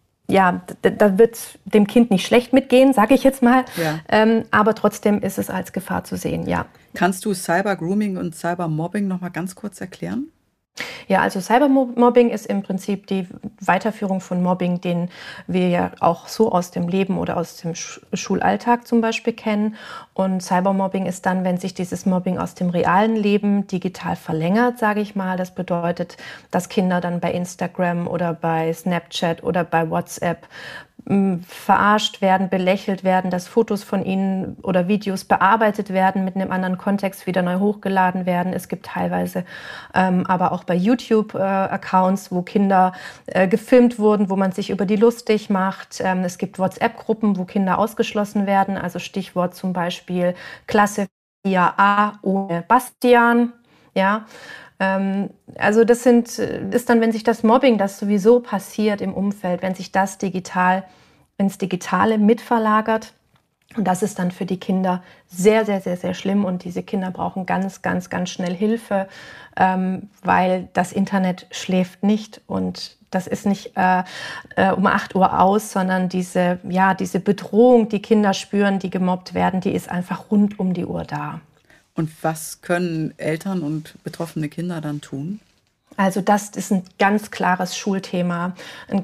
wird dem Kind nicht schlecht mitgehen, sage ich jetzt mal. Ja. Aber trotzdem ist es als Gefahr zu sehen, ja. Kannst du Cybergrooming und Cybermobbing noch mal ganz kurz erklären? Ja, also Cybermobbing ist im Prinzip die Weiterführung von Mobbing, den wir ja auch so aus dem Leben oder aus dem Schulalltag zum Beispiel kennen. Und Cybermobbing ist dann, wenn sich dieses Mobbing aus dem realen Leben digital verlängert, sage ich mal. Das bedeutet, dass Kinder dann bei Instagram oder bei Snapchat oder bei WhatsApp verarscht werden, belächelt werden, dass Fotos von ihnen oder Videos bearbeitet werden, mit einem anderen Kontext wieder neu hochgeladen werden. Es gibt teilweise aber auch bei YouTube Accounts, wo Kinder gefilmt wurden, wo man sich über die lustig macht. Es gibt WhatsApp-Gruppen, wo Kinder ausgeschlossen werden. Also Stichwort zum Beispiel Klasse 4a ohne Bastian. Ja. Also das ist dann, wenn sich das Mobbing, das sowieso passiert im Umfeld, wenn sich das ins Digitale mitverlagert. Und das ist dann für die Kinder sehr, sehr, sehr, sehr schlimm. Und diese Kinder brauchen ganz, ganz, ganz schnell Hilfe, weil das Internet schläft nicht. Und das ist nicht um 8 Uhr aus, sondern diese Bedrohung, die Kinder spüren, die gemobbt werden, die ist einfach rund um die Uhr da. Und was können Eltern und betroffene Kinder dann tun? Also das ist ein ganz klares Schulthema,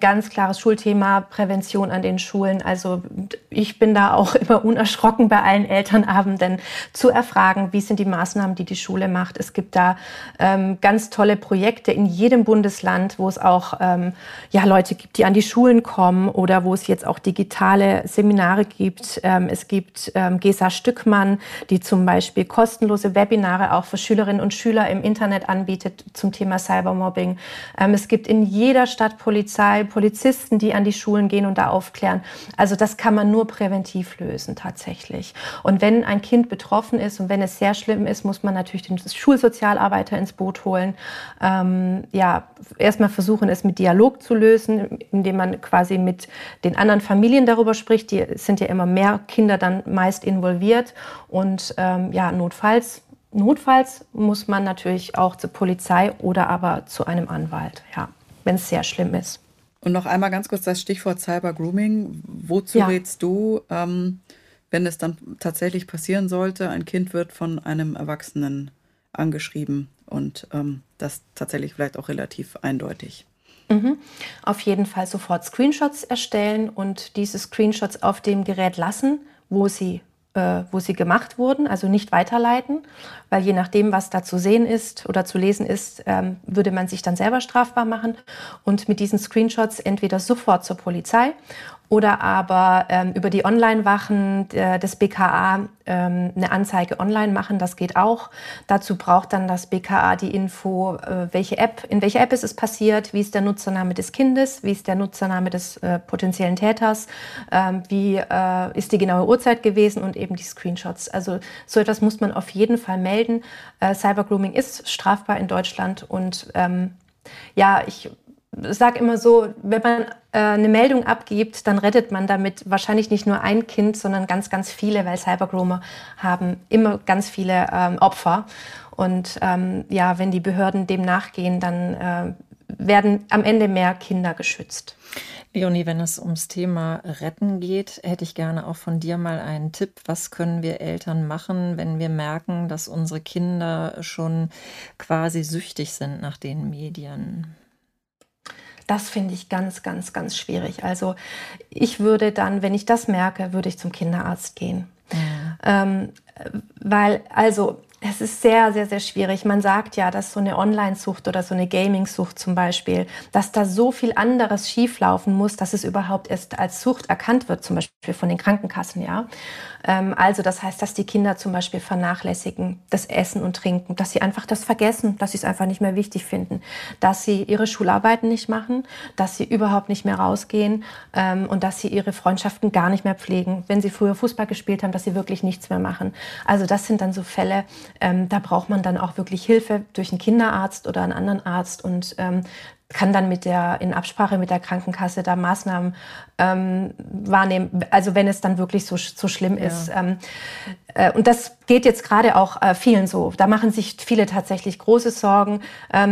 Prävention an den Schulen. Also ich bin da auch immer unerschrocken bei allen Elternabenden zu erfragen, wie sind die Maßnahmen, die die Schule macht. Es gibt da ganz tolle Projekte in jedem Bundesland, wo es auch Leute gibt, die an die Schulen kommen oder wo es jetzt auch digitale Seminare gibt. Es gibt Gesa Stückmann, die zum Beispiel kostenlose Webinare auch für Schülerinnen und Schüler im Internet anbietet zum Thema Cybermobbing. Es gibt in jeder Stadt Polizisten, die an die Schulen gehen und da aufklären. Also das kann man nur präventiv lösen tatsächlich. Und wenn ein Kind betroffen ist und wenn es sehr schlimm ist, muss man natürlich den Schulsozialarbeiter ins Boot holen. Erstmal versuchen, es mit Dialog zu lösen, indem man quasi mit den anderen Familien darüber spricht. Die sind ja immer mehr Kinder dann meist involviert. Und Notfalls muss man natürlich auch zur Polizei oder aber zu einem Anwalt, wenn es sehr schlimm ist. Und noch einmal ganz kurz das Stichwort Cybergrooming. Wozu rätst du, wenn es dann tatsächlich passieren sollte, ein Kind wird von einem Erwachsenen angeschrieben und das tatsächlich vielleicht auch relativ eindeutig? Auf jeden Fall sofort Screenshots erstellen und diese Screenshots auf dem Gerät lassen, wo sie gemacht wurden, also nicht weiterleiten, weil je nachdem, was da zu sehen ist oder zu lesen ist, würde man sich dann selber strafbar machen und mit diesen Screenshots entweder sofort zur Polizei oder aber über die Online-Wachen des BKA eine Anzeige online machen, das geht auch. Dazu braucht dann das BKA die Info, in welcher App ist es passiert, wie ist der Nutzername des Kindes, wie ist der Nutzername des potenziellen Täters, wie ist die genaue Uhrzeit gewesen und eben die Screenshots. Also so etwas muss man auf jeden Fall melden. Cybergrooming ist strafbar in Deutschland und ich sage immer so, wenn man eine Meldung abgibt, dann rettet man damit wahrscheinlich nicht nur ein Kind, sondern ganz, ganz viele, weil Cybergroomer haben immer ganz viele Opfer. Und wenn die Behörden dem nachgehen, dann werden am Ende mehr Kinder geschützt. Leonie, wenn es ums Thema Retten geht, hätte ich gerne auch von dir mal einen Tipp. Was können wir Eltern machen, wenn wir merken, dass unsere Kinder schon quasi süchtig sind nach den Medien? Das finde ich ganz, ganz, ganz schwierig. Also ich würde dann, wenn ich das merke, würde ich zum Kinderarzt gehen. Weil es ist sehr, sehr, sehr schwierig. Man sagt ja, dass so eine Online-Sucht oder so eine Gaming-Sucht zum Beispiel, dass da so viel anderes schieflaufen muss, dass es überhaupt erst als Sucht erkannt wird, zum Beispiel von den Krankenkassen, ja. Also das heißt, dass die Kinder zum Beispiel vernachlässigen das Essen und Trinken, dass sie einfach das vergessen, dass sie es einfach nicht mehr wichtig finden, dass sie ihre Schularbeiten nicht machen, dass sie überhaupt nicht mehr rausgehen und dass sie ihre Freundschaften gar nicht mehr pflegen. Wenn sie früher Fußball gespielt haben, dass sie wirklich nichts mehr machen. Also das sind dann so Fälle, da braucht man dann auch wirklich Hilfe durch einen Kinderarzt oder einen anderen Arzt und kann dann in Absprache mit der Krankenkasse da Maßnahmen wahrnehmen, also wenn es dann wirklich so schlimm ist. Und das geht jetzt gerade auch vielen so. Da machen sich viele tatsächlich große Sorgen.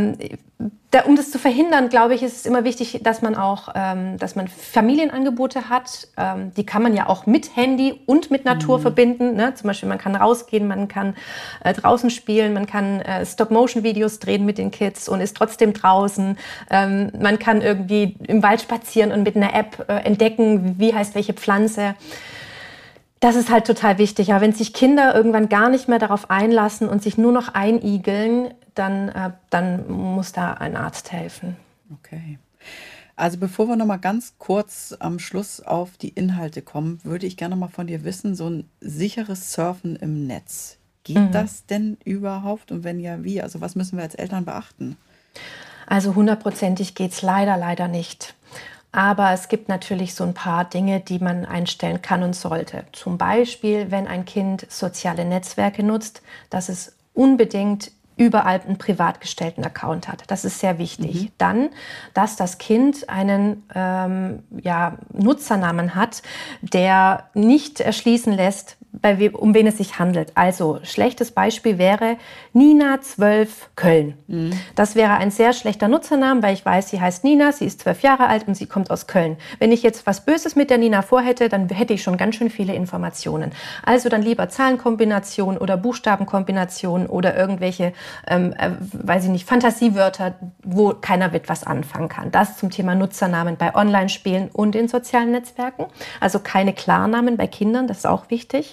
Um das zu verhindern, glaube ich, ist es immer wichtig, dass man auch, dass man Familienangebote hat. Die kann man ja auch mit Handy und mit Natur verbinden. Ne? Zum Beispiel, man kann rausgehen, man kann draußen spielen, man kann Stop-Motion-Videos drehen mit den Kids und ist trotzdem draußen. Man kann irgendwie im Wald spazieren und mit einer App entdecken, wie heißt welche Pflanze. Das ist halt total wichtig. Aber wenn sich Kinder irgendwann gar nicht mehr darauf einlassen und sich nur noch einigeln, dann muss da ein Arzt helfen. Okay. Also bevor wir noch mal ganz kurz am Schluss auf die Inhalte kommen, würde ich gerne mal von dir wissen, so ein sicheres Surfen im Netz. Geht das denn überhaupt? Und wenn ja, wie? Also was müssen wir als Eltern beachten? Also 100%ig geht es leider nicht. Aber es gibt natürlich so ein paar Dinge, die man einstellen kann und sollte. Zum Beispiel, wenn ein Kind soziale Netzwerke nutzt, dass es unbedingt überall einen privat gestellten Account hat. Das ist sehr wichtig. Dann, dass das Kind einen Nutzernamen hat, der nicht erschließen lässt, um wen es sich handelt. Also, schlechtes Beispiel wäre Nina 12 Köln. Das wäre ein sehr schlechter Nutzername, weil ich weiß, sie heißt Nina, sie ist 12 Jahre alt und sie kommt aus Köln. Wenn ich jetzt was Böses mit der Nina vorhätte, dann hätte ich schon ganz schön viele Informationen. Also dann lieber Zahlenkombinationen oder Buchstabenkombinationen oder irgendwelche, Fantasiewörter, wo keiner mit was anfangen kann. Das zum Thema Nutzernamen bei Online-Spielen und in sozialen Netzwerken. Also keine Klarnamen bei Kindern, das ist auch wichtig.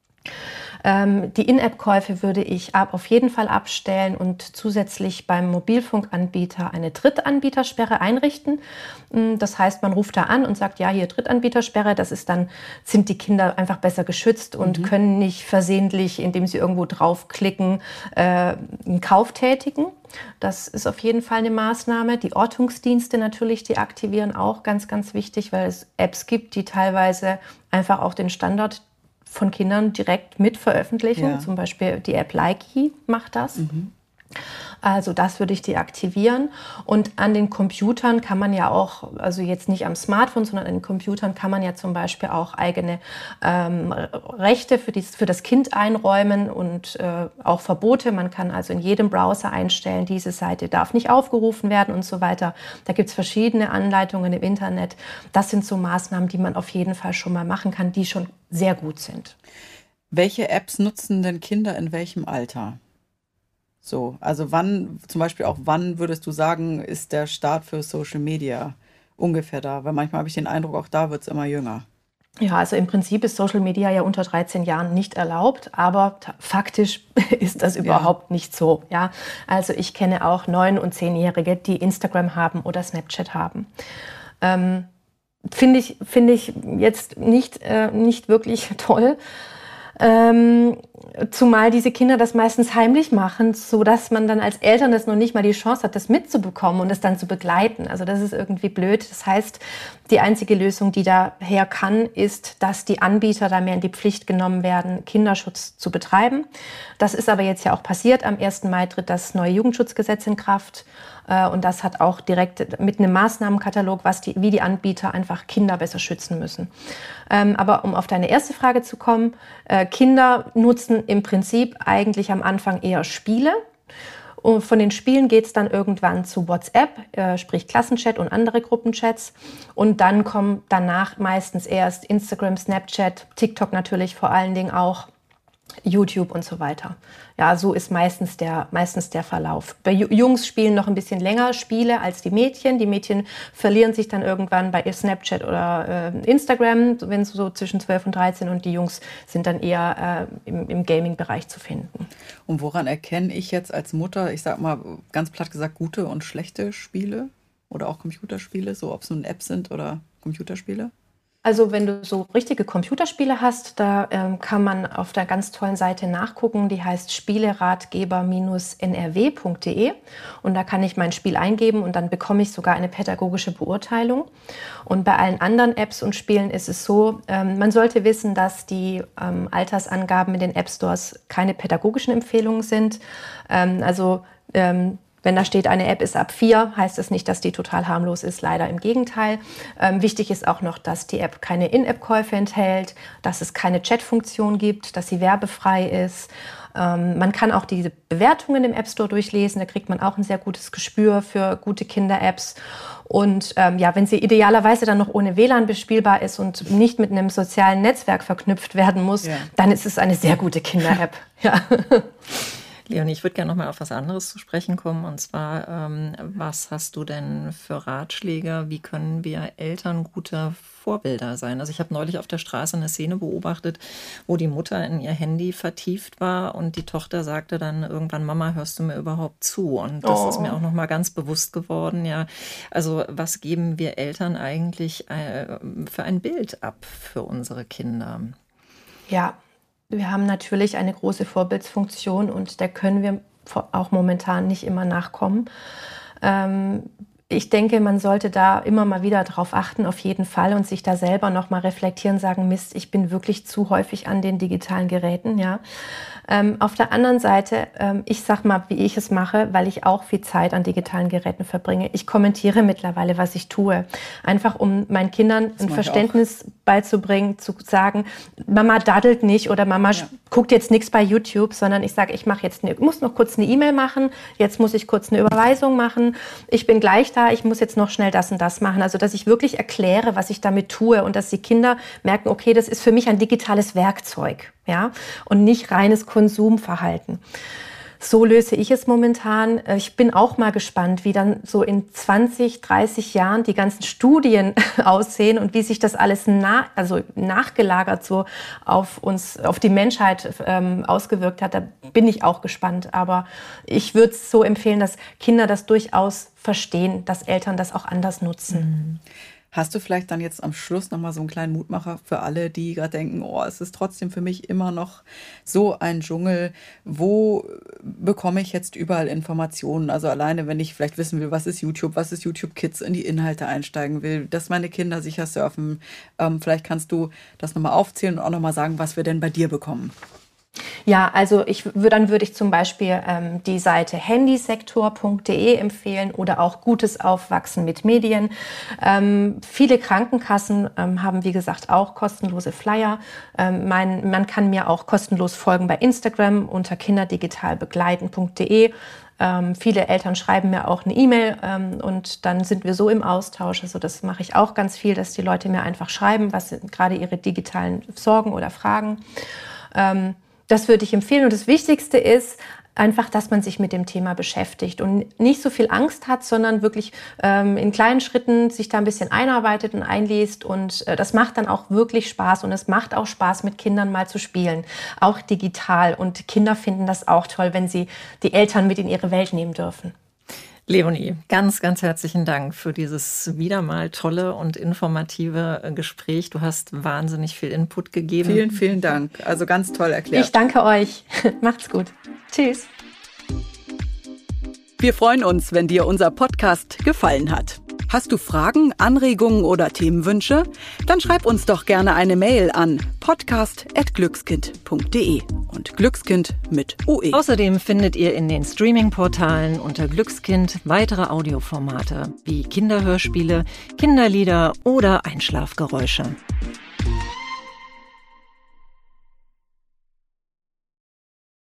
Die In-App-Käufe würde ich auf jeden Fall abstellen und zusätzlich beim Mobilfunkanbieter eine Drittanbietersperre einrichten. Das heißt, man ruft da an und sagt, ja, hier Drittanbietersperre. Sind die Kinder einfach besser geschützt und können nicht versehentlich, indem sie irgendwo draufklicken, einen Kauf tätigen. Das ist auf jeden Fall eine Maßnahme. Die Ortungsdienste natürlich, die aktivieren auch ganz, ganz wichtig, weil es Apps gibt, die teilweise einfach auch den Standard von Kindern direkt mit veröffentlichen. Ja. Zum Beispiel die App Likey macht das. Also das würde ich deaktivieren. Und an den Computern kann man ja auch, also jetzt nicht am Smartphone, sondern an den Computern kann man ja zum Beispiel auch eigene Rechte für das Kind einräumen und auch Verbote. Man kann also in jedem Browser einstellen, diese Seite darf nicht aufgerufen werden und so weiter. Da gibt es verschiedene Anleitungen im Internet. Das sind so Maßnahmen, die man auf jeden Fall schon mal machen kann, die schon sehr gut sind. Welche Apps nutzen denn Kinder in welchem Alter? So, also wann würdest du sagen, ist der Start für Social Media ungefähr da? Weil manchmal habe ich den Eindruck, auch da wird es immer jünger. Ja, also im Prinzip ist Social Media ja unter 13 Jahren nicht erlaubt, aber faktisch ist das überhaupt nicht so. Ja, also ich kenne auch 9- und 10-Jährige, die Instagram haben oder Snapchat haben. finde ich jetzt nicht wirklich toll. Zumal diese Kinder das meistens heimlich machen, sodass man dann als Eltern das noch nicht mal die Chance hat, das mitzubekommen und es dann zu begleiten. Also das ist irgendwie blöd. Das heißt, die einzige Lösung, die daher kann, ist, dass die Anbieter da mehr in die Pflicht genommen werden, Kinderschutz zu betreiben. Das ist aber jetzt ja auch passiert. Am 1. Mai tritt das neue Jugendschutzgesetz in Kraft. Und das hat auch direkt mit einem Maßnahmenkatalog, wie die Anbieter einfach Kinder besser schützen müssen. Aber um auf deine erste Frage zu kommen, Kinder nutzen im Prinzip eigentlich am Anfang eher Spiele. Und von den Spielen geht es dann irgendwann zu WhatsApp, sprich Klassenchat und andere Gruppenchats. Und dann kommen danach meistens erst Instagram, Snapchat, TikTok natürlich vor allen Dingen auch, YouTube und so weiter. Ja, so ist meistens der Verlauf. Bei Jungs spielen noch ein bisschen länger Spiele als die Mädchen. Die Mädchen verlieren sich dann irgendwann bei Snapchat oder Instagram, wenn es so zwischen 12 und 13, und die Jungs sind dann eher im Gaming-Bereich zu finden. Und woran erkenne ich jetzt als Mutter, ich sag mal ganz platt gesagt, gute und schlechte Spiele oder auch Computerspiele, so ob es nun Apps sind oder Computerspiele? Also wenn du so richtige Computerspiele hast, da kann man auf der ganz tollen Seite nachgucken, die heißt spieleratgeber-nrw.de, und da kann ich mein Spiel eingeben und dann bekomme ich sogar eine pädagogische Beurteilung. Und bei allen anderen Apps und Spielen ist es so, man sollte wissen, dass die Altersangaben in den App Stores keine pädagogischen Empfehlungen sind. Wenn da steht, eine App ist ab 4, heißt das nicht, dass die total harmlos ist. Leider im Gegenteil. Wichtig ist auch noch, dass die App keine In-App-Käufe enthält, dass es keine Chat-Funktion gibt, dass sie werbefrei ist. Man kann auch diese Bewertungen im App Store durchlesen. Da kriegt man auch ein sehr gutes Gespür für gute Kinder-Apps. Und wenn sie idealerweise dann noch ohne WLAN bespielbar ist und nicht mit einem sozialen Netzwerk verknüpft werden muss, dann ist es eine sehr gute Kinder-App. Ja. Leonie, ich würde gerne noch mal auf was anderes zu sprechen kommen. Und zwar, was hast du denn für Ratschläge? Wie können wir Eltern gute Vorbilder sein? Also ich habe neulich auf der Straße eine Szene beobachtet, wo die Mutter in ihr Handy vertieft war und die Tochter sagte dann irgendwann: Mama, hörst du mir überhaupt zu? Und das ist mir auch noch mal ganz bewusst geworden. Ja, also was geben wir Eltern eigentlich für ein Bild ab für unsere Kinder? Ja. Wir haben natürlich eine große Vorbildsfunktion und der können wir auch momentan nicht immer nachkommen. Ich denke, man sollte da immer mal wieder drauf achten, auf jeden Fall, und sich da selber noch mal reflektieren, sagen: Mist, ich bin wirklich zu häufig an den digitalen Geräten. Ja. Auf der anderen Seite, ich sag mal, wie ich es mache, weil ich auch viel Zeit an digitalen Geräten verbringe. Ich kommentiere mittlerweile, was ich tue. Einfach, um meinen Kindern ein Verständnis beizubringen, zu sagen, Mama daddelt nicht oder Mama guckt jetzt nichts bei YouTube, sondern ich sage, ich muss noch kurz eine E-Mail machen, jetzt muss ich kurz eine Überweisung machen, ich bin gleich da, ich muss jetzt noch schnell das und das machen. Also, dass ich wirklich erkläre, was ich damit tue, und dass die Kinder merken, okay, das ist für mich ein digitales Werkzeug, ja, und nicht reines Konsumverhalten. So löse ich es momentan. Ich bin auch mal gespannt, wie dann so in 20, 30 Jahren die ganzen Studien aussehen und wie sich das alles nachgelagert so auf uns, auf die Menschheit ausgewirkt hat. Da bin ich auch gespannt. Aber ich würde es so empfehlen, dass Kinder das durchaus verstehen, dass Eltern das auch anders nutzen. Hast du vielleicht dann jetzt am Schluss nochmal so einen kleinen Mutmacher für alle, die gerade denken, es ist trotzdem für mich immer noch so ein Dschungel. Wo bekomme ich jetzt überall Informationen? Also alleine, wenn ich vielleicht wissen will, was ist YouTube Kids, in die Inhalte einsteigen will, dass meine Kinder sicher surfen. Vielleicht kannst du das nochmal aufzählen und auch nochmal sagen, was wir denn bei dir bekommen. Ja, also dann würde ich zum Beispiel die Seite handysektor.de empfehlen oder auch Gutes Aufwachsen mit Medien. Viele Krankenkassen haben, wie gesagt, auch kostenlose Flyer. Man kann mir auch kostenlos folgen bei Instagram unter kinderdigitalbegleiten.de. Viele Eltern schreiben mir auch eine E-Mail und dann sind wir so im Austausch. Also das mache ich auch ganz viel, dass die Leute mir einfach schreiben, was sind gerade ihre digitalen Sorgen oder Fragen. Das würde ich empfehlen. Und das Wichtigste ist einfach, dass man sich mit dem Thema beschäftigt und nicht so viel Angst hat, sondern wirklich in kleinen Schritten sich da ein bisschen einarbeitet und einliest. Und das macht dann auch wirklich Spaß. Und es macht auch Spaß, mit Kindern mal zu spielen, auch digital. Und Kinder finden das auch toll, wenn sie die Eltern mit in ihre Welt nehmen dürfen. Leonie, ganz, ganz herzlichen Dank für dieses wieder mal tolle und informative Gespräch. Du hast wahnsinnig viel Input gegeben. Vielen, vielen Dank. Also ganz toll erklärt. Ich danke euch. Macht's gut. Tschüss. Wir freuen uns, wenn dir unser Podcast gefallen hat. Hast du Fragen, Anregungen oder Themenwünsche? Dann schreib uns doch gerne eine Mail an podcast@glückskind.de und Glückskind mit UE. Außerdem findet ihr in den Streaming-Portalen unter Glückskind weitere Audioformate wie Kinderhörspiele, Kinderlieder oder Einschlafgeräusche.